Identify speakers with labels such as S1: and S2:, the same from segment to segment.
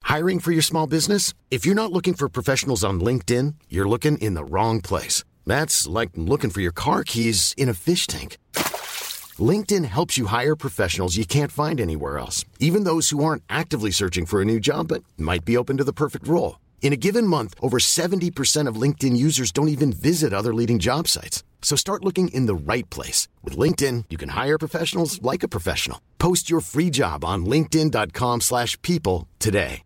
S1: Hiring for your small business? If you're not looking for professionals on LinkedIn, you're looking in the wrong place. That's like looking for your car keys in a fish tank. LinkedIn helps you hire professionals you can't find anywhere else, even those who aren't actively searching for a new job but might be open to the perfect role. In a given month, over 70% of LinkedIn users don't even visit other leading job sites. So start looking in the right place. With LinkedIn, you can hire professionals like a professional. Post your free job on linkedin.com/people today.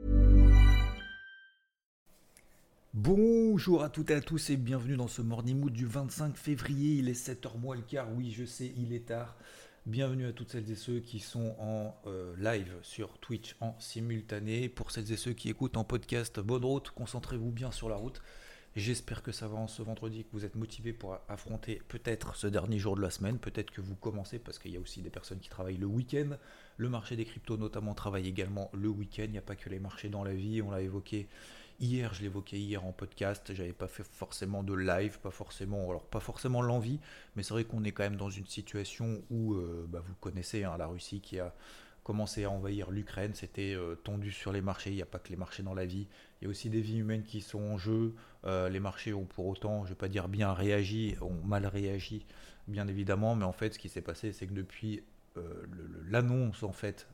S2: Bonjour à toutes et à tous et bienvenue dans ce Morning Mood du 25 février. Il est 7h moins le quart, oui je sais, il est tard. Bienvenue à toutes celles et ceux qui sont en live sur Twitch en simultané. Pour celles et ceux qui écoutent en podcast, bonne route, concentrez-vous bien sur la route. J'espère que ça va en ce vendredi, que vous êtes motivés pour affronter peut-être ce dernier jour de la semaine. Peut-être que vous commencez parce qu'il y a aussi des personnes qui travaillent le week-end. Le marché des cryptos notamment travaille également le week-end. Il n'y a pas que les marchés dans la vie, on l'a évoqué hier, je l'évoquais hier en podcast, j'avais pas fait forcément de live, pas forcément l'envie, mais c'est vrai qu'on est quand même dans une situation où, vous connaissez la Russie qui a commencé à envahir l'Ukraine, c'était tendu sur les marchés, il n'y a pas que les marchés dans la vie, il y a aussi des vies humaines qui sont en jeu, les marchés ont pour autant, je ne vais pas dire bien réagi, ont mal réagi, bien évidemment, mais en fait ce qui s'est passé c'est que depuis l'annonce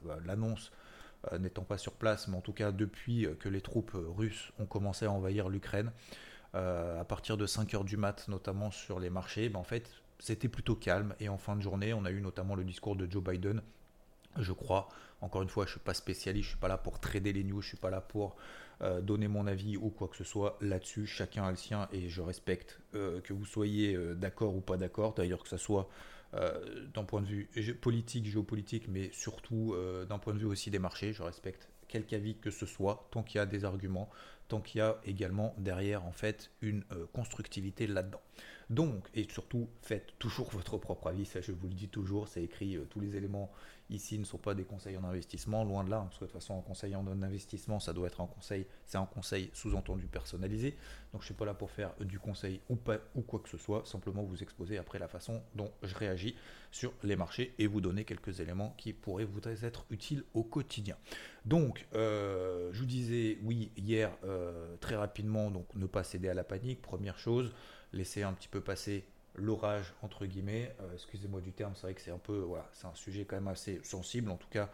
S2: n'étant pas sur place, mais en tout cas depuis que les troupes russes ont commencé à envahir l'Ukraine, à partir de 5h du mat, notamment sur les marchés, en fait, c'était plutôt calme. Et en fin de journée, on a eu notamment le discours de Joe Biden, je crois. Encore une fois, je ne suis pas spécialiste, je ne suis pas là pour trader les news, je ne suis pas là pour donner mon avis ou quoi que ce soit là-dessus. Chacun a le sien et je respecte que vous soyez d'accord ou pas d'accord, d'ailleurs que ce soit d'un point de vue politique, géopolitique, mais surtout d'un point de vue aussi des marchés. Je respecte quelque avis que ce soit, tant qu'il y a des arguments, tant qu'il y a également derrière en fait une constructivité là-dedans. Donc, et surtout, faites toujours votre propre avis, ça je vous le dis toujours, c'est écrit, tous les éléments ici ne sont pas des conseils en investissement, loin de là, parce que de toute façon un conseil en investissement, ça doit être un conseil, c'est un conseil sous-entendu personnalisé, donc je ne suis pas là pour faire du conseil ou pas ou quoi que ce soit, simplement vous exposer après la façon dont je réagis sur les marchés et vous donner quelques éléments qui pourraient vous être utiles au quotidien. Donc, je vous disais, oui, hier, très rapidement, donc ne pas céder à la panique, première chose, laisser un petit peu passer l'orage entre guillemets, excusez-moi du terme, c'est vrai que c'est un peu, voilà, c'est un sujet quand même assez sensible en tout cas,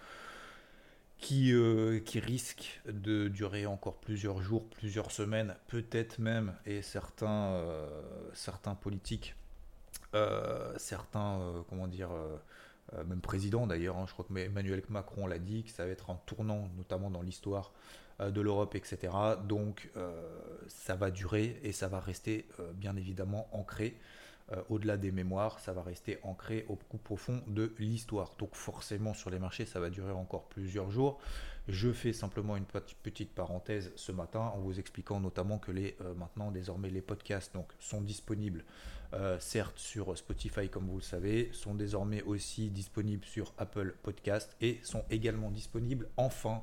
S2: qui risque de durer encore plusieurs jours, plusieurs semaines, peut-être même, et certains politiques, même présidents d'ailleurs, je crois que Emmanuel Macron l'a dit, que ça va être un tournant notamment dans l'histoire de l'Europe, etc. Donc ça va durer et ça va rester bien évidemment ancré. Au-delà des mémoires, ça va rester ancré au plus profond de l'histoire. Donc forcément sur les marchés, ça va durer encore plusieurs jours. Je fais simplement une petite parenthèse ce matin en vous expliquant notamment que maintenant désormais les podcasts sont disponibles, certes sur Spotify comme vous le savez, sont désormais aussi disponibles sur Apple Podcast et sont également disponibles enfin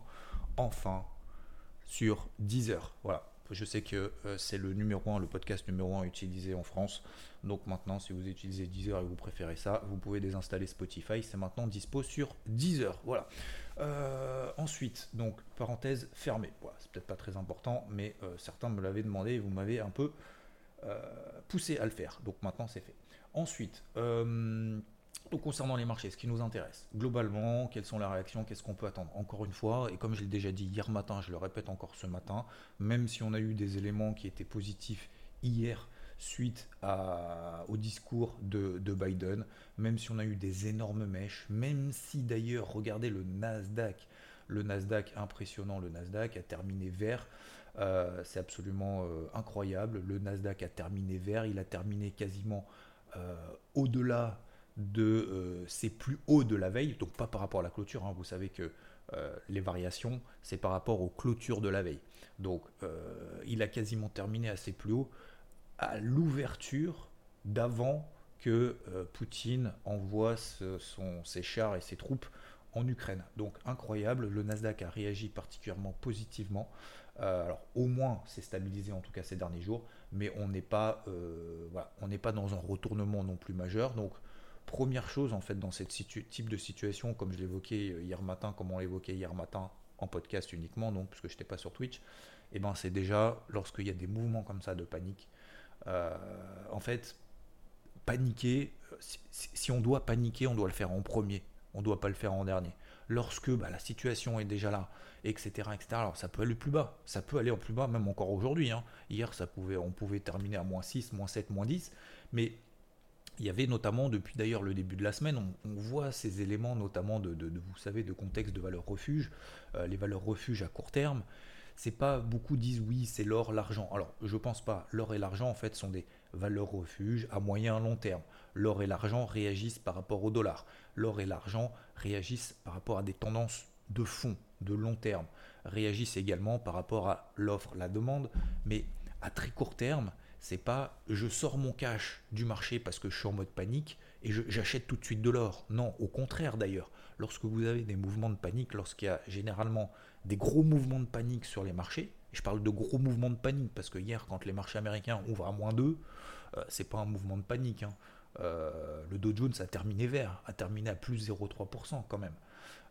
S2: sur Deezer. Voilà. Je sais que c'est le podcast numéro 1 utilisé en France. Donc maintenant, si vous utilisez Deezer et vous préférez ça, vous pouvez désinstaller Spotify. C'est maintenant dispo sur Deezer. Voilà. Ensuite, donc, parenthèse fermée. Voilà, c'est peut-être pas très important, mais certains me l'avaient demandé et vous m'avez un peu poussé à le faire. Donc maintenant, c'est fait. Ensuite, donc concernant les marchés, ce qui nous intéresse, globalement, quelles sont les réactions, qu'est-ce qu'on peut attendre? Encore une fois, et comme je l'ai déjà dit hier matin, je le répète encore ce matin, même si on a eu des éléments qui étaient positifs hier suite au discours de Biden, même si on a eu des énormes mèches, même si d'ailleurs, regardez le Nasdaq impressionnant, le Nasdaq a terminé vert, c'est absolument incroyable, le Nasdaq a terminé vert, il a terminé quasiment au-delà de ses plus hauts de la veille, donc pas par rapport à la clôture, vous savez que les variations, c'est par rapport aux clôtures de la veille. Donc il a quasiment terminé à ses plus hauts à l'ouverture d'avant que Poutine envoie ses chars et ses troupes en Ukraine. Donc incroyable, le Nasdaq a réagi particulièrement positivement. Alors au moins c'est stabilisé en tout cas ces derniers jours, mais on n'est pas dans un retournement non plus majeur. Donc première chose en fait dans ce type de situation, comme je l'évoquais hier matin, comme on l'évoquait hier matin en podcast uniquement, donc, puisque je n'étais pas sur Twitch, et ben c'est déjà lorsqu'il y a des mouvements comme ça de panique. En fait, paniquer, si on doit paniquer, on doit le faire en premier, on ne doit pas le faire en dernier. Lorsque la situation est déjà là, etc., etc., alors ça peut aller plus bas, ça peut aller en plus bas, même encore aujourd'hui. Hier, on pouvait terminer à -6, -7, -10, mais il y avait notamment, depuis d'ailleurs le début de la semaine, on voit ces éléments notamment vous savez, de contexte de valeurs refuge, les valeurs refuge à court terme. C'est pas, beaucoup disent oui, c'est l'or, l'argent. Alors, je pense pas. L'or et l'argent, en fait, sont des valeurs refuge à moyen long terme. L'or et l'argent réagissent par rapport au dollar. L'or et l'argent réagissent par rapport à des tendances de fond, de long terme. Réagissent également par rapport à l'offre, la demande. Mais à très court terme, c'est pas je sors mon cash du marché parce que je suis en mode panique et j'achète tout de suite de l'or. Non, au contraire d'ailleurs. Lorsque vous avez des mouvements de panique, lorsqu'il y a généralement des gros mouvements de panique sur les marchés, et je parle de gros mouvements de panique parce que hier, quand les marchés américains ouvrent à -2, c'est pas un mouvement de panique. Le Dow Jones a terminé vert, a terminé à plus 0,3% quand même.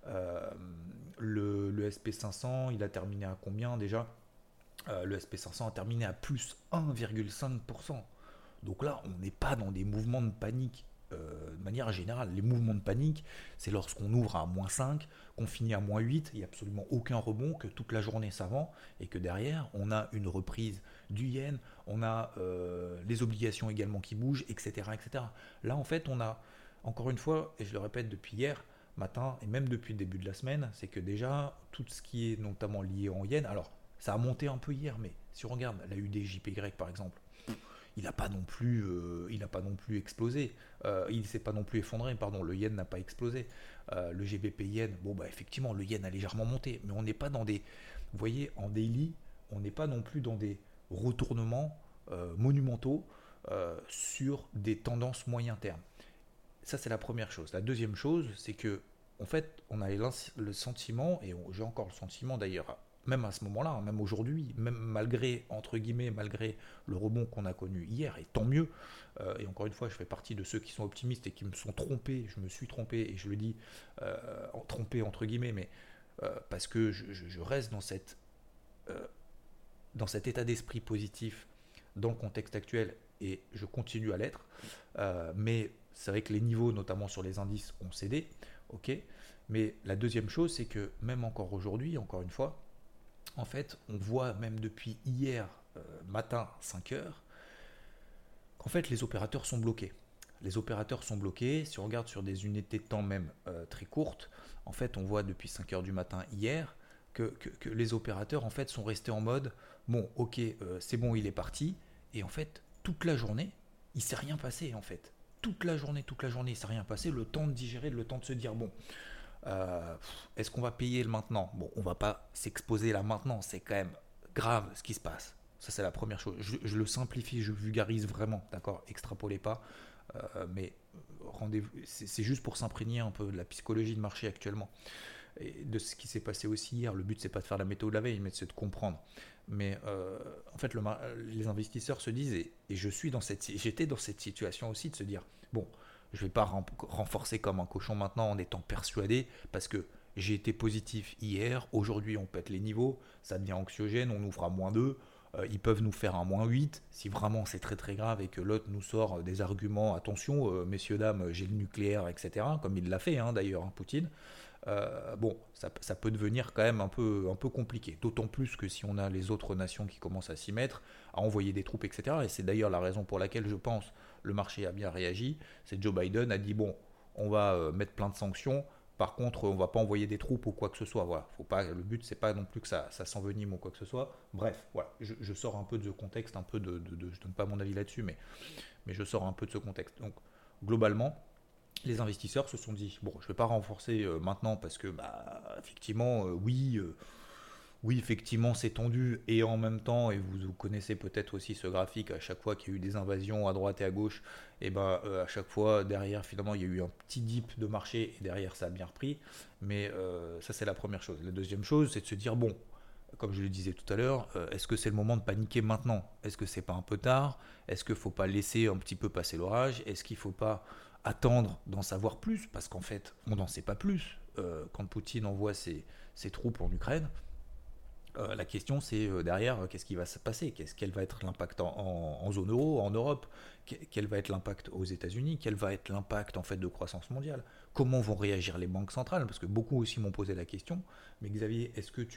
S2: Le SP500, il a terminé à combien déjà? Le SP500 a terminé à plus 1,5%. Donc là, on n'est pas dans des mouvements de panique de manière générale. Les mouvements de panique, c'est lorsqu'on ouvre à -5, qu'on finit à -8, il n'y a absolument aucun rebond, que toute la journée ça vend, et que derrière, on a une reprise du yen, on a les obligations également qui bougent, etc., etc. Là, en fait, on a, encore une fois, et je le répète depuis hier matin, et même depuis le début de la semaine, c'est que déjà, tout ce qui est notamment lié en yen, alors, ça a monté un peu hier, mais si on regarde la UDJPY par exemple, il n'a pas non plus, explosé. Il ne s'est pas non plus effondré, pardon. Le yen n'a pas explosé. Le GBP yen, effectivement, le yen a légèrement monté, mais on n'est pas dans des, vous voyez, en daily, on n'est pas non plus dans des retournements monumentaux sur des tendances moyen terme. Ça, c'est la première chose. La deuxième chose, c'est que, en fait, on a le sentiment, et j'ai encore le sentiment d'ailleurs, même à ce moment-là, même aujourd'hui, même malgré, entre guillemets, malgré le rebond qu'on a connu hier, et tant mieux, et encore une fois, je fais partie de ceux qui sont optimistes et qui me sont trompés, je me suis trompé, et je le dis, trompé entre guillemets, mais parce que je reste dans cet état d'esprit positif dans le contexte actuel, et je continue à l'être, mais c'est vrai que les niveaux, notamment sur les indices, ont cédé, ok. Mais la deuxième chose, c'est que même encore aujourd'hui, encore une fois, en fait, on voit même depuis hier matin 5 heures qu'en fait les opérateurs sont bloqués. Les opérateurs sont bloqués. Si on regarde sur des unités de temps même très courtes, en fait, on voit depuis 5 heures du matin hier que les opérateurs en fait sont restés en mode bon, ok, c'est bon, il est parti. Et en fait, toute la journée, il ne s'est rien passé en fait. Toute la journée, il ne s'est rien passé. Le temps de digérer, le temps de se dire bon, est-ce qu'on va payer le maintenant? Bon, on va pas s'exposer là maintenant, c'est quand même grave ce qui se passe. Ça, c'est la première chose. Je le simplifie, je vulgarise vraiment, d'accord? Extrapolez pas, mais rendez-vous. C'est juste pour s'imprégner un peu de la psychologie de marché actuellement et de ce qui s'est passé aussi hier. Le but, c'est pas de faire la météo de la veille, mais c'est de comprendre. Mais en fait, les investisseurs se disent, et j'étais dans cette situation aussi, de se dire bon, je ne vais pas renforcer comme un cochon maintenant en étant persuadé, parce que j'ai été positif hier, aujourd'hui on pète les niveaux, ça devient anxiogène, on ouvre à -2, ils peuvent nous faire un -8, si vraiment c'est très très grave et que l'autre nous sort des arguments, attention, messieurs, dames, j'ai le nucléaire, etc., comme il l'a fait d'ailleurs, Poutine. Bon, ça peut devenir quand même un peu compliqué. D'autant plus que si on a les autres nations qui commencent à s'y mettre, à envoyer des troupes, etc. Et c'est d'ailleurs la raison pour laquelle je pense le marché a bien réagi. C'est Joe Biden a dit bon, on va mettre plein de sanctions. Par contre, on va pas envoyer des troupes ou quoi que ce soit. Voilà, faut pas. Le but c'est pas non plus que ça s'envenime ou quoi que ce soit. Bref, voilà, je sors un peu de ce contexte, un peu je donne pas mon avis là-dessus, mais je sors un peu de ce contexte. Donc globalement, les investisseurs se sont dit bon, je ne vais pas renforcer maintenant parce que effectivement oui, effectivement c'est tendu, et en même temps, et vous connaissez peut-être aussi ce graphique, à chaque fois qu'il y a eu des invasions à droite et à gauche, et à chaque fois derrière finalement il y a eu un petit dip de marché et derrière ça a bien repris. Mais ça, c'est la première chose. La deuxième chose, c'est de se dire bon, comme je le disais tout à l'heure, est-ce que c'est le moment de paniquer maintenant? Est-ce que c'est pas un peu tard? Est-ce qu'il ne faut pas laisser un petit peu passer l'orage? Est-ce qu'il ne faut pas attendre d'en savoir plus? Parce qu'en fait, on n'en sait pas plus. quand Poutine envoie ses troupes en Ukraine, la question c'est derrière, qu'est-ce qui va se passer, quel va être l'impact en zone euro, en Europe, quel va être l'impact aux États-Unis, quel va être l'impact en fait de croissance mondiale, comment vont réagir les banques centrales, parce que beaucoup aussi m'ont posé la question. Mais Xavier,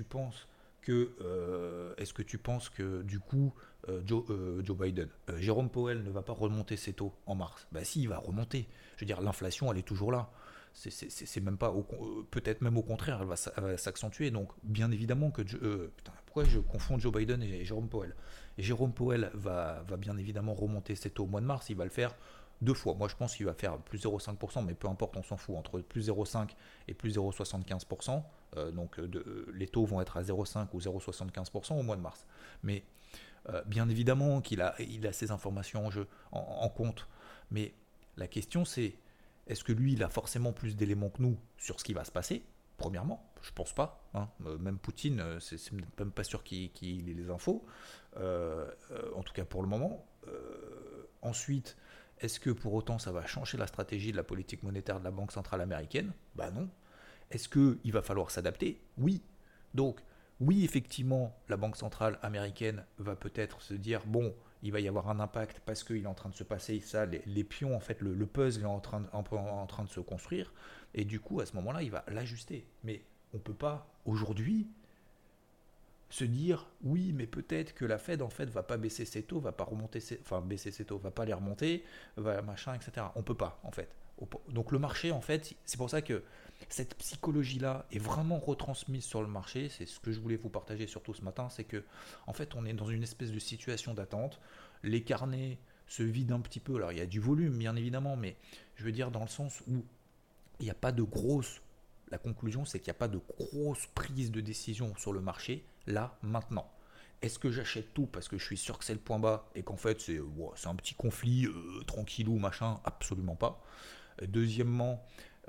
S2: est-ce que tu penses que du coup Joe Biden, Jérôme Powell ne va pas remonter ses taux en mars? Bah si, il va remonter. Je veux dire, l'inflation elle est toujours là. C'est même pas, peut-être même au contraire, elle va s'accentuer. Donc, bien évidemment que. Putain, pourquoi je confonds Joe Biden et Jérôme Powell? Et Jérôme Powell va bien évidemment remonter ses taux au mois de mars. Il va le faire deux fois. Moi, je pense qu'il va faire plus 0,5%, mais peu importe, on s'en fout. Entre plus 0,5 et plus 0,75%. Les taux vont être à 0,5 ou 0,75% au mois de mars. Mais bien évidemment il a ces informations en compte. Mais la question, c'est est-ce que lui, il a forcément plus d'éléments que nous sur ce qui va se passer? Premièrement, je pense pas. Hein. Même Poutine, c'est même pas sûr qu'il ait les infos. En tout cas pour le moment. Ensuite, est-ce que pour autant ça va changer la stratégie de la politique monétaire de la Banque centrale américaine? Bah non. Est-ce qu'il va falloir s'adapter? Oui. Donc, oui, effectivement, la Banque centrale américaine va peut-être se dire, bon, il va y avoir un impact parce qu'il est en train de se passer ça, les pions, en fait, le puzzle est en train de se construire, et du coup, à ce moment-là, il va l'ajuster. Mais on ne peut pas, aujourd'hui, se dire, oui, mais peut-être que la Fed, en fait, va pas baisser ses taux, va pas remonter baisser ses taux, va pas les remonter, va machin, etc. On peut pas, en fait. Donc le marché, en fait, c'est pour ça que cette psychologie-là est vraiment retransmise sur le marché. C'est ce que je voulais vous partager surtout ce matin, c'est que, en fait, on est dans une espèce de situation d'attente. Les carnets se vident un petit peu. Alors, il y a du volume, bien évidemment, mais je veux dire dans le sens où il n'y a pas de grosse. La conclusion, c'est qu'il n'y a pas de grosse prise de décision sur le marché, là, maintenant. Est-ce que j'achète tout parce que je suis sûr que c'est le point bas et qu'en fait c'est un petit conflit tranquillou, machin? Absolument pas. Deuxièmement,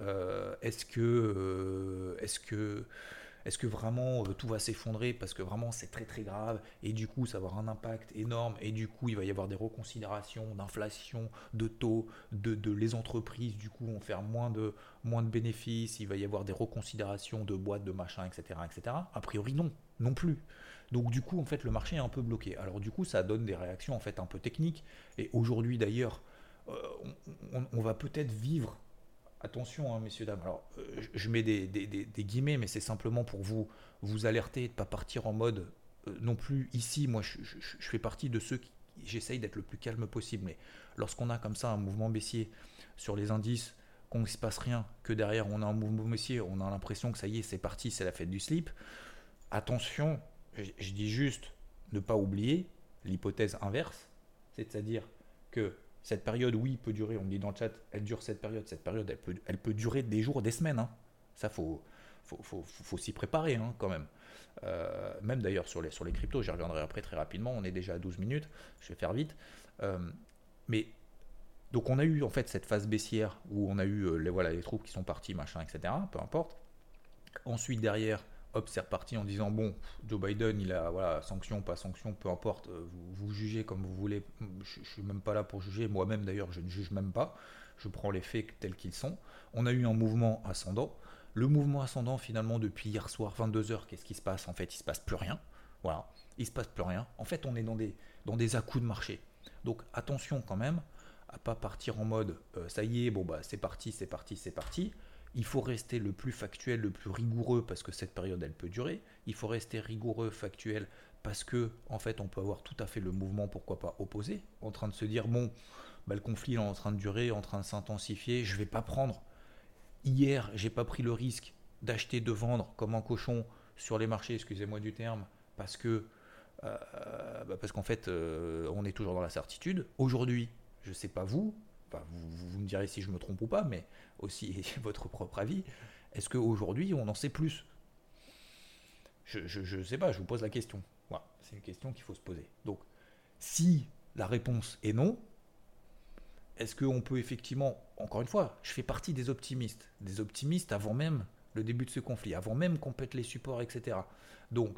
S2: est-ce que vraiment tout va s'effondrer parce que vraiment c'est très très grave et du coup ça va avoir un impact énorme et du coup il va y avoir des reconsidérations d'inflation, de taux, les entreprises du coup vont faire moins de bénéfices, il va y avoir des reconsidérations de boîtes, de machin, etc., etc. A priori non, non plus. Donc du coup en fait le marché est un peu bloqué. Alors du coup ça donne des réactions en fait un peu techniques et aujourd'hui d'ailleurs euh, on va peut-être vivre. Attention, hein, messieurs, dames. Alors, je mets des guillemets, mais c'est simplement pour vous alerter, de ne pas partir en mode non plus ici. Moi, je fais partie de ceux qui j'essaye d'être le plus calme possible. Mais lorsqu'on a comme ça un mouvement baissier sur les indices, qu'on ne se passe rien, que derrière on a un mouvement baissier, on a l'impression que ça y est, c'est parti, c'est la fête du slip. Attention, je dis juste ne pas oublier l'hypothèse inverse, c'est-à-dire que cette période, oui, peut durer, on me dit dans le chat, elle dure cette période, elle peut durer des jours, des semaines. Hein. Ça, faut s'y préparer hein, quand même. Même d'ailleurs sur les cryptos, j'y reviendrai après très rapidement, on est déjà à 12 minutes, je vais faire vite. Euh, mais donc on a eu en fait cette phase baissière où on a eu les troupes qui sont parties, machin, etc. Peu importe. Ensuite derrière, hop, c'est reparti en disant bon, Joe Biden, il a voilà, sanction, pas sanction, peu importe, vous jugez comme vous voulez. Je suis même pas là pour juger. Moi-même d'ailleurs, je ne juge même pas. Je prends les faits tels qu'ils sont. On a eu un mouvement ascendant. Le mouvement ascendant, finalement, depuis hier soir, 22h, qu'est-ce qui se passe? En fait, il se passe plus rien. Voilà, il se passe plus rien. En fait, on est dans des à-coups de marché. Donc attention quand même à pas partir en mode ça y est, bon bah c'est parti, c'est parti, c'est parti. Il faut rester le plus factuel, le plus rigoureux parce que cette période elle peut durer. Il faut rester rigoureux, factuel parce que en fait on peut avoir tout à fait le mouvement pourquoi pas opposé, en train de se dire bon bah, le conflit est en train de durer, en train de s'intensifier, je vais pas prendre. Hier j'ai pas pris le risque d'acheter, de vendre comme un cochon sur les marchés, excusez-moi du terme, parce que parce qu'en fait on est toujours dans la certitude. Aujourd'hui, je sais pas vous, enfin, vous me direz si je me trompe ou pas, mais aussi votre propre avis. Est-ce qu'aujourd'hui, on en sait plus? Je ne sais pas, je vous pose la question. Voilà, c'est une question qu'il faut se poser. Donc, si la réponse est non, est-ce qu'on peut effectivement, encore une fois, je fais partie des optimistes avant même le début de ce conflit, avant même qu'on pète les supports, etc. Donc,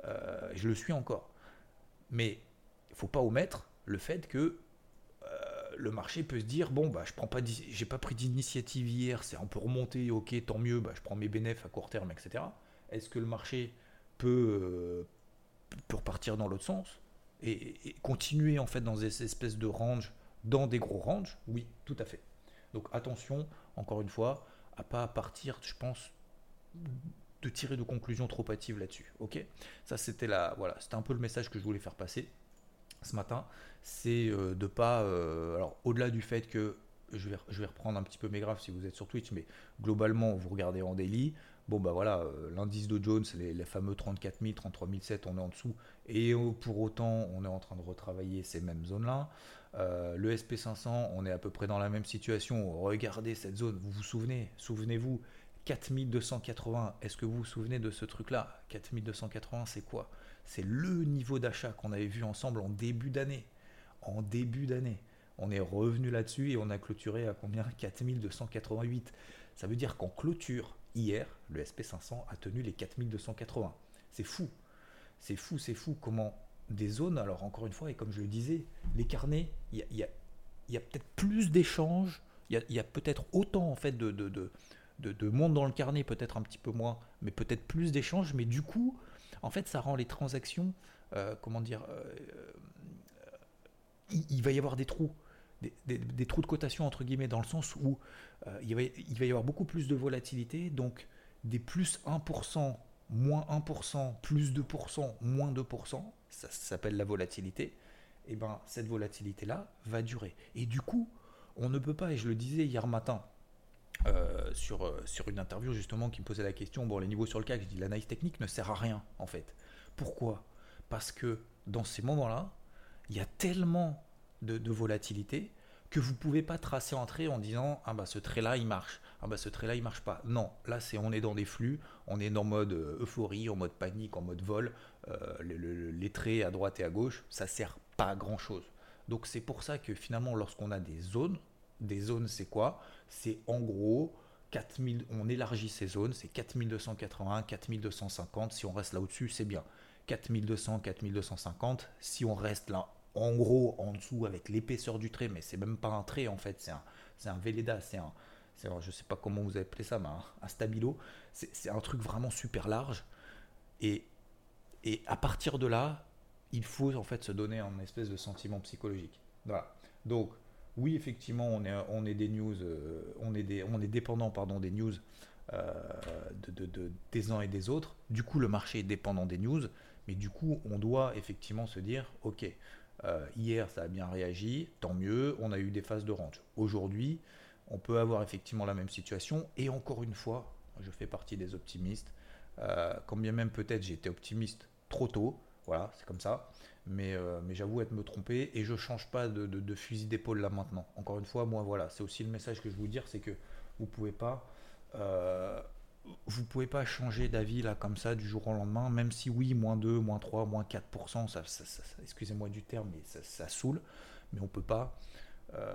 S2: je le suis encore. Mais il ne faut pas omettre le fait que le marché peut se dire, bon, bah, j'ai pas pris d'initiative hier, c'est un peu remonté, ok, tant mieux, bah, je prends mes bénéfices à court terme, etc. Est-ce que le marché peut, peut repartir dans l'autre sens et continuer en fait dans des espèces de range, dans des gros ranges? Oui, tout à fait. Donc attention, encore une fois, à pas partir, je pense, de tirer de conclusions trop hâtives là-dessus. Ok. Ça voilà, c'était un peu le message que je voulais faire passer ce matin, c'est de pas, alors au-delà du fait que je vais reprendre un petit peu mes graphes si vous êtes sur Twitch, mais globalement vous regardez en daily, bon bah voilà, l'indice Dow Jones, les fameux 34 000, 33 700, on est en dessous, et pour autant on est en train de retravailler ces mêmes zones-là. Le SP500, on est à peu près dans la même situation, regardez cette zone, vous vous souvenez, souvenez-vous, 4280, est-ce que vous vous souvenez de ce truc-là? 4280, c'est quoi? C'est le niveau d'achat qu'on avait vu ensemble en début d'année. En début d'année. On est revenu là-dessus et on a clôturé à combien? 4288. Ça veut dire qu'en clôture, hier, le SP500 a tenu les 4280. C'est fou. C'est fou, c'est fou comment des zones, alors encore une fois, et comme je le disais, les carnets, il y a peut-être plus d'échanges, il y a peut-être autant en fait de monde dans le carnet, peut-être un petit peu moins, mais peut-être plus d'échanges, mais du coup, en fait, ça rend les transactions, comment dire, il va y avoir des trous, des trous de cotation entre guillemets, dans le sens où il va y avoir beaucoup plus de volatilité, donc des plus 1%, moins 1%, plus 2%, moins 2%, ça s'appelle la volatilité, et ben cette volatilité-là va durer. Et du coup, on ne peut pas, et je le disais hier matin, sur une interview justement qui me posait la question, bon les niveaux sur le CAC, je dis l'analyse technique ne sert à rien en fait. Pourquoi? Parce que dans ces moments-là, il y a tellement de volatilité que vous ne pouvez pas tracer un trait en disant ah bah ce trait là il marche, ah bah ce trait là il marche pas. Non, là on est dans des flux, on est en mode euphorie, en mode panique, en mode vol, les traits à droite et à gauche, ça sert pas à grand chose. Donc c'est pour ça que finalement lorsqu'on a des zones c'est quoi? C'est en gros 4000, on élargit ces zones, c'est 4280, 4250, si on reste là au-dessus c'est bien. 4200, 4250, si on reste là en gros en dessous avec l'épaisseur du trait, mais c'est même pas un trait en fait, c'est un Velleda, je sais pas comment vous appelez ça, mais un stabilo, c'est un truc vraiment super large, et, et à partir de là, il faut en fait se donner un espèce de sentiment psychologique. Voilà. Donc, oui, effectivement, on est des news, on est dépendant pardon, des news des uns et des autres. Du coup, le marché est dépendant des news, mais du coup, on doit effectivement se dire, ok, hier ça a bien réagi, tant mieux, on a eu des phases de range. Aujourd'hui, on peut avoir effectivement la même situation, et encore une fois, je fais partie des optimistes, quand bien même peut-être j'ai été optimiste trop tôt, voilà, c'est comme ça, mais j'avoue être me tromper, et je change pas de fusil d'épaule là maintenant. Encore une fois, moi voilà, c'est aussi le message que je veux dire, c'est que vous pouvez pas euh, vous pouvez pas changer d'avis là comme ça du jour au lendemain, même si oui, moins 2 moins 3 moins 4%, excusez-moi du terme, mais ça saoule, mais on peut pas, euh,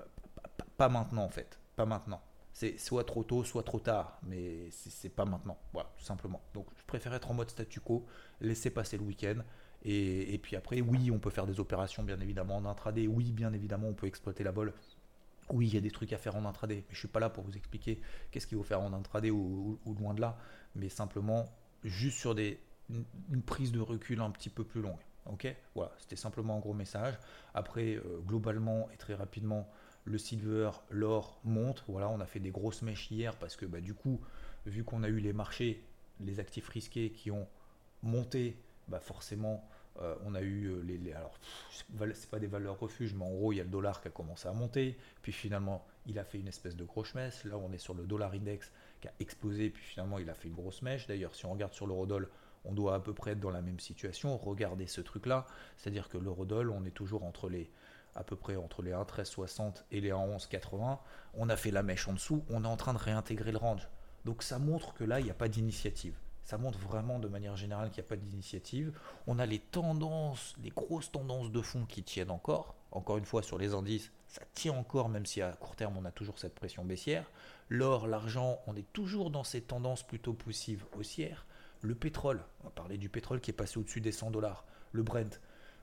S2: pas maintenant en fait, pas maintenant. C'est soit trop tôt, soit trop tard, mais c'est pas maintenant, voilà, tout simplement. Donc je préfère être en mode statu quo, laisser passer le week-end, et puis après, oui, on peut faire des opérations bien évidemment en intraday, oui, bien évidemment, on peut exploiter la vol. Oui, il y a des trucs à faire en intraday, mais je suis pas là pour vous expliquer qu'est-ce qu'il faut faire en intraday ou loin de là, mais simplement juste sur une prise de recul un petit peu plus longue. Ok. Voilà, c'était simplement un gros message. Après, globalement et très rapidement, le silver, l'or monte. Voilà, on a fait des grosses mèches hier parce que bah, du coup, vu qu'on a eu les marchés, les actifs risqués qui ont monté, bah forcément, on a eu alors, c'est pas des valeurs refuges, mais en gros, il y a le dollar qui a commencé à monter. Puis finalement, il a fait une espèce de grosse mèche. Là, on est sur le dollar index qui a explosé. Puis finalement, il a fait une grosse mèche. D'ailleurs, si on regarde sur l'eurodoll, on doit à peu près être dans la même situation. Regardez ce truc-là. C'est-à-dire que l'eurodoll, on est toujours à peu près entre les 1,1360 et les 1,1180. On a fait la mèche en dessous. On est en train de réintégrer le range. Donc ça montre que là, il n'y a pas d'initiative. Ça montre vraiment de manière générale qu'il n'y a pas d'initiative. On a les tendances, les grosses tendances de fond qui tiennent encore. Encore une fois, sur les indices, ça tient encore, même si à court terme, on a toujours cette pression baissière. L'or, l'argent, on est toujours dans ces tendances plutôt poussives haussières. Le pétrole, on va parler du pétrole qui est passé au-dessus des 100 dollars. Le Brent,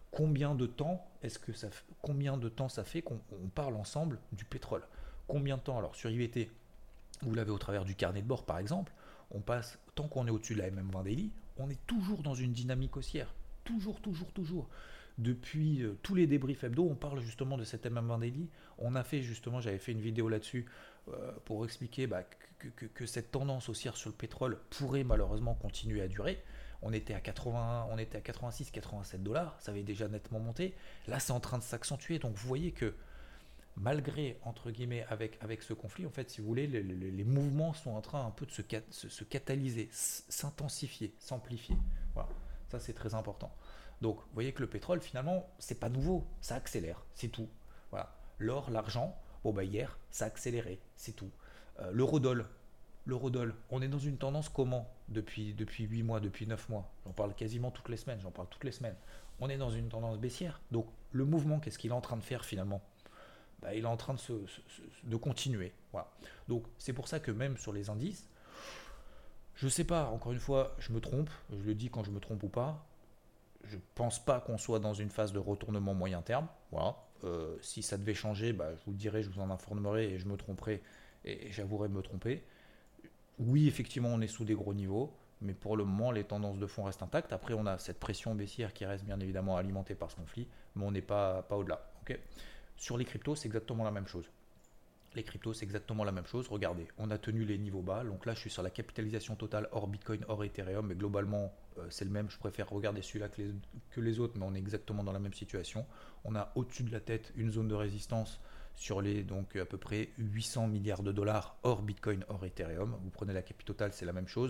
S2: Combien de temps ça fait qu'on parle ensemble du pétrole? Combien de temps? Alors sur IVT, vous l'avez au travers du carnet de bord par exemple, on passe, tant qu'on est au-dessus de la MM20 daily, on est toujours dans une dynamique haussière. Toujours, toujours, toujours. Depuis tous les débriefs hebdo, on parle justement de cette MM20 daily. J'avais fait une vidéo là-dessus pour expliquer que cette tendance haussière sur le pétrole pourrait malheureusement continuer à durer. On était à 80, on était à 86, 87 dollars, ça avait déjà nettement monté. Là, c'est en train de s'accentuer. Donc, vous voyez que malgré, entre guillemets, avec ce conflit, en fait, si vous voulez, les mouvements sont en train un peu de se catalyser, s'intensifier, s'amplifier. Voilà, ça c'est très important. Donc, vous voyez que le pétrole, finalement, c'est pas nouveau, ça accélère, c'est tout. Voilà. L'or, l'argent, hier, ça a accéléré, c'est tout. L'eurodoll, on est dans une tendance comment depuis 8 mois, depuis 9 mois. J'en parle quasiment toutes les semaines, On est dans une tendance baissière. Donc, le mouvement, qu'est-ce qu'il est en train de faire finalement? Il est en train de continuer. Voilà. Donc c'est pour ça que même sur les indices, je ne sais pas, encore une fois, je me trompe, je le dis quand je me trompe ou pas, je ne pense pas qu'on soit dans une phase de retournement moyen terme. Voilà. Si ça devait changer, je vous le dirai, je vous en informerai et je me tromperai et j'avouerai me tromper. Oui, effectivement, on est sous des gros niveaux, mais pour le moment, les tendances de fond restent intactes. Après, on a cette pression baissière qui reste bien évidemment alimentée par ce conflit, mais on n'est pas au-delà. Okay. Sur les cryptos, c'est exactement la même chose. Les cryptos, c'est exactement la même chose. Regardez, on a tenu les niveaux bas. Donc là, je suis sur la capitalisation totale hors Bitcoin, hors Ethereum. Mais globalement, c'est le même. Je préfère regarder celui-là que les autres, mais on est exactement dans la même situation. On a au-dessus de la tête une zone de résistance sur les donc à peu près 800 milliards de dollars hors Bitcoin, hors Ethereum. Vous prenez la capitale totale, c'est la même chose.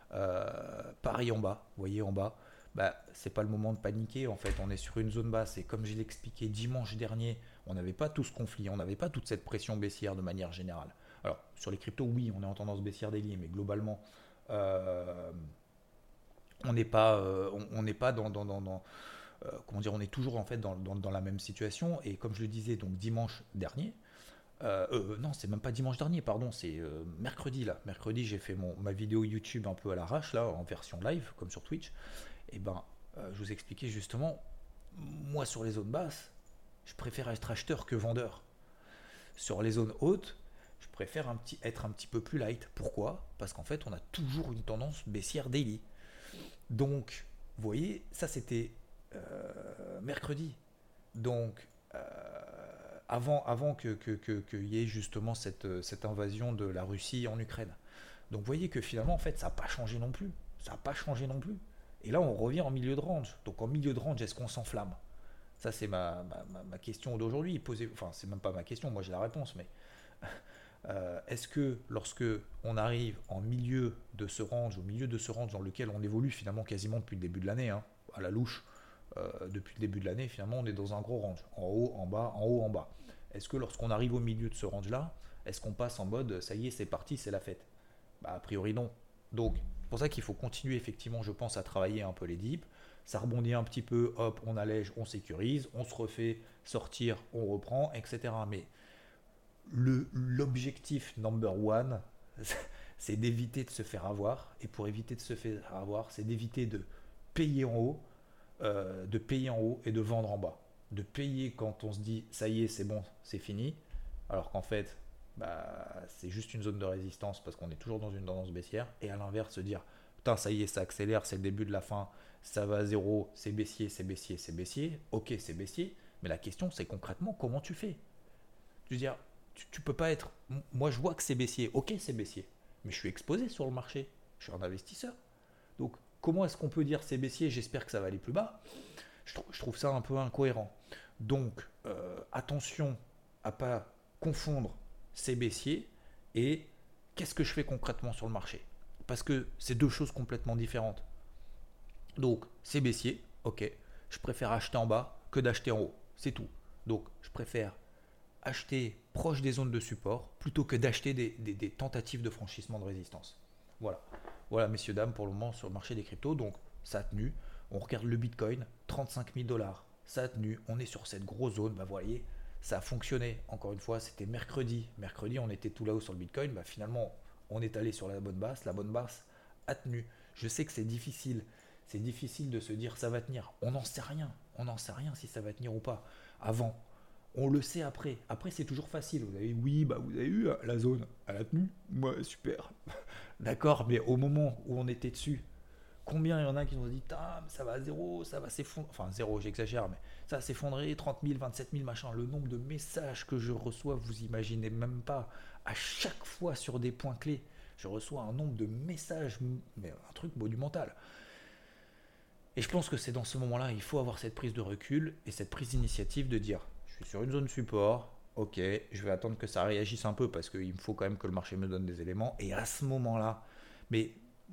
S2: Pareil en bas, vous voyez en bas, c'est pas le moment de paniquer. En fait, on est sur une zone basse et comme je l'ai expliqué dimanche dernier, on n'avait pas tout ce conflit, on n'avait pas toute cette pression baissière de manière générale. Alors, sur les cryptos, oui, on est en tendance baissière daily, mais globalement, on n'est pas, comment dire, on est toujours en fait dans la même situation. Et comme je le disais donc dimanche dernier, non, c'est même pas dimanche dernier, pardon, c'est mercredi là. Mercredi, j'ai fait ma vidéo YouTube un peu à l'arrache là, en version live, comme sur Twitch. Et je vous expliquais justement, moi sur les zones basses, je préfère être acheteur que vendeur. Sur les zones hautes, je préfère être un petit peu plus light. Pourquoi? Parce qu'en fait, on a toujours une tendance baissière daily. Donc, vous voyez, ça c'était mercredi. Donc, avant qu'il y ait justement cette invasion de la Russie en Ukraine. Donc, vous voyez que finalement, en fait, ça n'a pas changé non plus. Ça n'a pas changé non plus. Et là, on revient en milieu de range. Donc, en milieu de range, est-ce qu'on s'enflamme? Ça, c'est ma question d'aujourd'hui. Enfin, c'est même pas ma question, moi j'ai la réponse, mais est-ce que lorsque on arrive en milieu de ce range, au milieu de ce range dans lequel on évolue finalement quasiment depuis le début de l'année, à la louche, depuis le début de l'année, finalement on est dans un gros range, en haut, en bas, en haut, en bas. Est-ce que lorsqu'on arrive au milieu de ce range-là, est-ce qu'on passe en mode ça y est, c'est parti, c'est la fête? A priori non. Donc, c'est pour ça qu'il faut continuer effectivement, je pense, à travailler un peu les dips. Ça rebondit un petit peu, hop, on allège, on sécurise, on se refait sortir, on reprend, etc. Mais l'objectif number one, c'est d'éviter de se faire avoir. Et pour éviter de se faire avoir, c'est d'éviter de payer en haut, et de vendre en bas. De payer quand on se dit ça y est, c'est bon, c'est fini. Alors qu'en fait, c'est juste une zone de résistance parce qu'on est toujours dans une tendance baissière. Et à l'inverse, se dire putain, ça y est, ça accélère, c'est le début de la fin, ça va à zéro, c'est baissier, c'est baissier, c'est baissier. Ok, c'est baissier, mais la question c'est concrètement comment tu fais. Je veux dire, tu peux pas être. Moi, je vois que c'est baissier. Ok, c'est baissier. Mais je suis exposé sur le marché. Je suis un investisseur. Donc, comment est-ce qu'on peut dire c'est baissier? J'espère que ça va aller plus bas. Je trouve ça un peu incohérent. Donc, attention à pas confondre ces baissiers et qu'est-ce que je fais concrètement sur le marché. Parce que c'est deux choses complètement différentes. Donc, c'est baissier, ok. Je préfère acheter en bas que d'acheter en haut. C'est tout. Donc, je préfère acheter proche des zones de support plutôt que d'acheter des tentatives de franchissement de résistance. Voilà. Voilà, messieurs, dames, pour le moment sur le marché des cryptos. Donc, ça a tenu. On regarde le Bitcoin, 35 000 dollars. Ça a tenu. On est sur cette grosse zone. Vous voyez, ça a fonctionné. Encore une fois, c'était mercredi. Mercredi, on était tout là-haut sur le Bitcoin. Finalement, on est allé sur la bonne basse. La bonne basse a tenu. Je sais que c'est difficile. c'est difficile de se dire ça va tenir. On n'en sait rien. On n'en sait rien si ça va tenir ou pas. Avant, on le sait après. Après, c'est toujours facile. Vous avez eu la zone, elle a tenu. Moi, super. D'accord, mais au moment où on était dessus, combien il y en a qui nous ont dit ça va à zéro, ça va s'effondrer. Enfin, zéro, j'exagère, mais ça va s'effondrer, 30 000, 27 000, machin. Le nombre de messages que je reçois, vous imaginez même pas. À chaque fois sur des points clés, je reçois un nombre de messages, mais un truc monumental. Et je pense que c'est dans ce moment-là, il faut avoir cette prise de recul et cette prise d'initiative de dire, je suis sur une zone support, ok, je vais attendre que ça réagisse un peu parce qu'il me faut quand même que le marché me donne des éléments. Et à ce moment-là, mais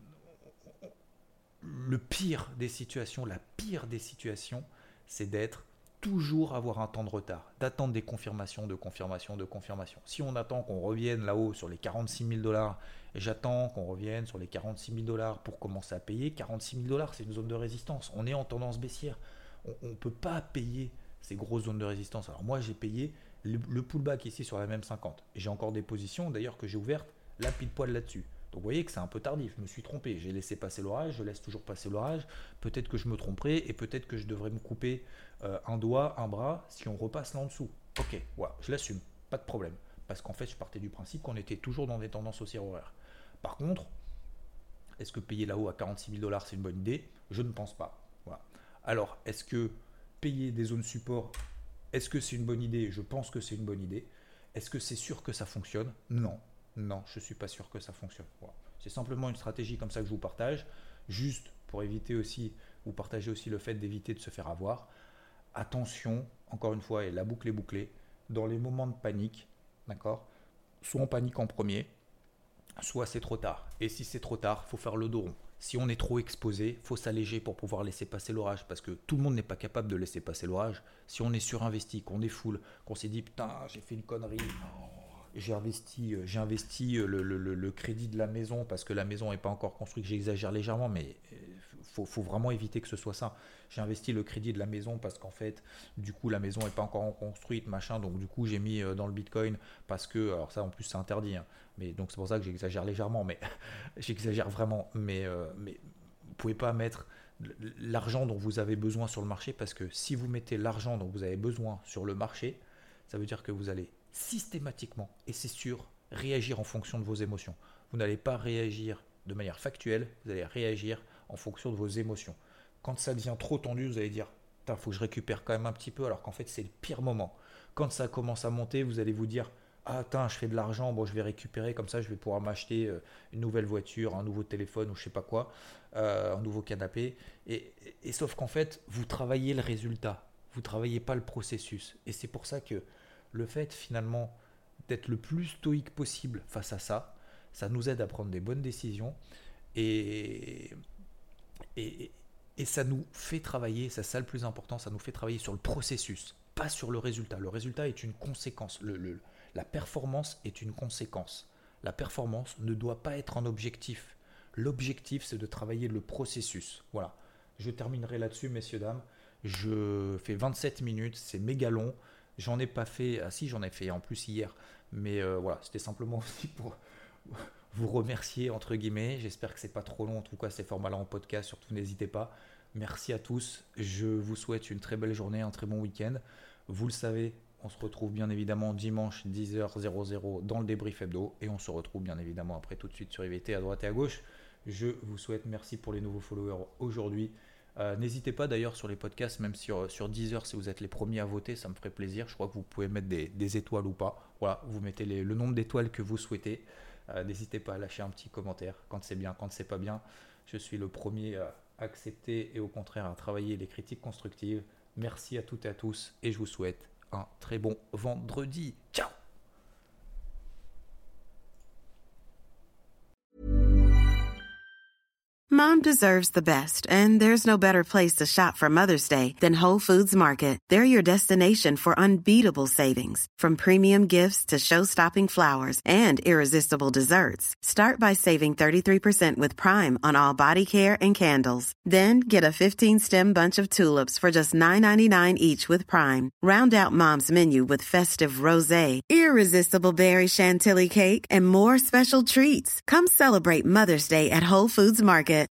S2: la pire des situations, c'est d'être toujours avoir un temps de retard, d'attendre des confirmations, de confirmation. Si on attend qu'on revienne là-haut sur les 46 000 $, j'attends qu'on revienne sur les 46 000 $ pour commencer à payer. 46 000 $, c'est une zone de résistance. On est en tendance baissière. On ne peut pas payer ces grosses zones de résistance. Alors moi, j'ai payé le pullback ici sur la même 50. J'ai encore des positions d'ailleurs que j'ai ouvertes là pile poil là-dessus. Donc vous voyez que c'est un peu tardif, je me suis trompé, j'ai laissé passer l'orage, je laisse toujours passer l'orage, peut-être que je me tromperai et peut-être que je devrais me couper un doigt, un bras si on repasse là en dessous. Ok, voilà, je l'assume, pas de problème, parce qu'en fait je partais du principe qu'on était toujours dans des tendances haussières horaires. Par contre, est-ce que payer là-haut à 46 000 $ c'est une bonne idée? Je ne pense pas. Voilà. Alors, est-ce que payer des zones support, est-ce que c'est une bonne idée? Je pense que c'est une bonne idée. Est-ce que c'est sûr que ça fonctionne? Non, je ne suis pas sûr que ça fonctionne. Voilà. C'est simplement une stratégie comme ça que je vous partage, juste pour éviter aussi, vous partager aussi le fait d'éviter de se faire avoir. Attention, encore une fois, et la boucle est bouclée, dans les moments de panique, d'accord, soit on panique en premier, soit c'est trop tard. Et si c'est trop tard, il faut faire le dos rond. Si on est trop exposé, il faut s'alléger pour pouvoir laisser passer l'orage, parce que tout le monde n'est pas capable de laisser passer l'orage. Si on est surinvesti, qu'on est full, qu'on s'est dit putain, j'ai fait une connerie, j'ai investi le crédit de la maison parce que la maison n'est pas encore construite, j'exagère légèrement, mais faut vraiment éviter que ce soit ça. J'ai investi le crédit de la maison parce qu'en fait, du coup, la maison n'est pas encore construite, machin, donc du coup, j'ai mis dans le Bitcoin parce que, alors ça, en plus, c'est interdit, hein, mais donc c'est pour ça que j'exagère légèrement, mais j'exagère vraiment, mais vous pouvez pas mettre l'argent dont vous avez besoin sur le marché, parce que si vous mettez l'argent dont vous avez besoin sur le marché, ça veut dire que vous allez systématiquement, et c'est sûr, réagir en fonction de vos émotions. Vous n'allez pas réagir de manière factuelle, vous allez réagir en fonction de vos émotions. Quand ça devient trop tendu, vous allez dire il faut que je récupère quand même un petit peu, alors qu'en fait c'est le pire moment. Quand ça commence à monter, vous allez vous dire je fais de l'argent, bon je vais récupérer, comme ça je vais pouvoir m'acheter une nouvelle voiture, un nouveau téléphone ou je sais pas quoi, un nouveau canapé, et sauf qu'en fait vous travaillez le résultat, vous travaillez pas le processus, et c'est pour ça que le fait finalement d'être le plus stoïque possible face à ça, ça nous aide à prendre des bonnes décisions, et ça nous fait travailler, c'est ça le plus important, ça nous fait travailler sur le processus, pas sur le résultat. Le résultat est une conséquence, la performance est une conséquence. La performance ne doit pas être un objectif. L'objectif, c'est de travailler le processus. Voilà, je terminerai là-dessus, messieurs, dames. Je fais 27 minutes, c'est méga long. J'en ai pas fait, j'en ai fait en plus hier, mais voilà, c'était simplement aussi pour vous remercier entre guillemets. J'espère que c'est pas trop long, en tout cas ces formats-là en podcast, surtout n'hésitez pas. Merci à tous, je vous souhaite une très belle journée, un très bon week-end. Vous le savez, on se retrouve bien évidemment dimanche 10h00 dans le débrief hebdo, et on se retrouve bien évidemment après tout de suite sur IVT à droite et à gauche. Je vous souhaite merci pour les nouveaux followers aujourd'hui. N'hésitez pas d'ailleurs sur les podcasts, même sur Deezer, si vous êtes les premiers à voter, ça me ferait plaisir. Je crois que vous pouvez mettre des étoiles ou pas. Voilà, vous mettez le nombre d'étoiles que vous souhaitez. N'hésitez pas à lâcher un petit commentaire quand c'est bien, quand c'est pas bien. Je suis le premier à accepter et au contraire à travailler les critiques constructives. Merci à toutes et à tous, et je vous souhaite un très bon vendredi. Ciao!
S3: Mom deserves the best, and there's no better place to shop for Mother's Day than Whole Foods Market. They're your destination for unbeatable savings, from premium gifts to show-stopping flowers and irresistible desserts. Start by saving 33% with Prime on all body care and candles. Then get a 15-stem bunch of tulips for just $9.99 each with Prime. Round out Mom's menu with festive rosé, irresistible berry chantilly cake, and more special treats. Come celebrate Mother's Day at Whole Foods Market.